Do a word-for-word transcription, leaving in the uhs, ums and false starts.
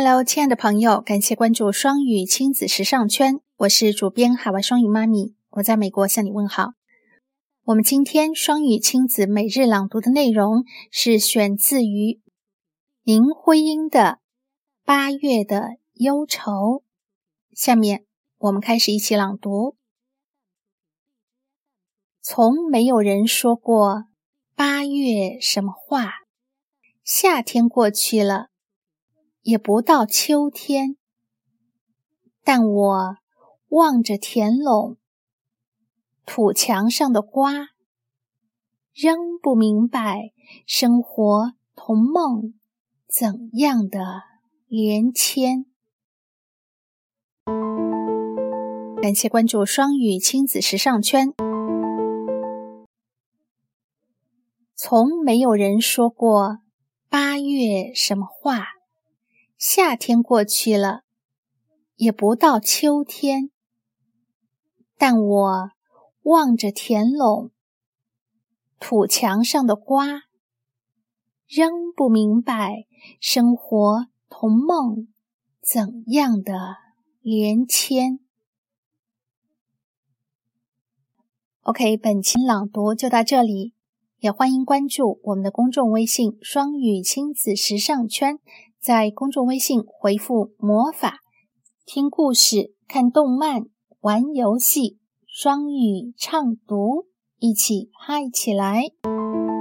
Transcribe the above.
Hello， 亲爱的朋友，感谢关注双语亲子时尚圈，我是主编海外双语妈咪，我在美国向你问好。我们今天双语亲子每日朗读的内容是选自于林徽因的《八月的忧愁》。下面我们开始一起朗读。从没有人说过八月什么话，夏天过去了，也不到秋天，但我望着田垄，土墙上的瓜，仍不明白生活同梦怎样的连牵。感谢关注双语亲子时尚圈。从没有人说过八月什么话，夏天过去了，也不到秋天，但我望着田垄，土墙上的瓜，仍不明白生活同梦怎样的连牵。OK， 本期朗读就到这里，也欢迎关注我们的公众微信双语亲子时尚圈，在公众微信回复魔法，听故事、看动漫、玩游戏、双语畅读，一起嗨起来！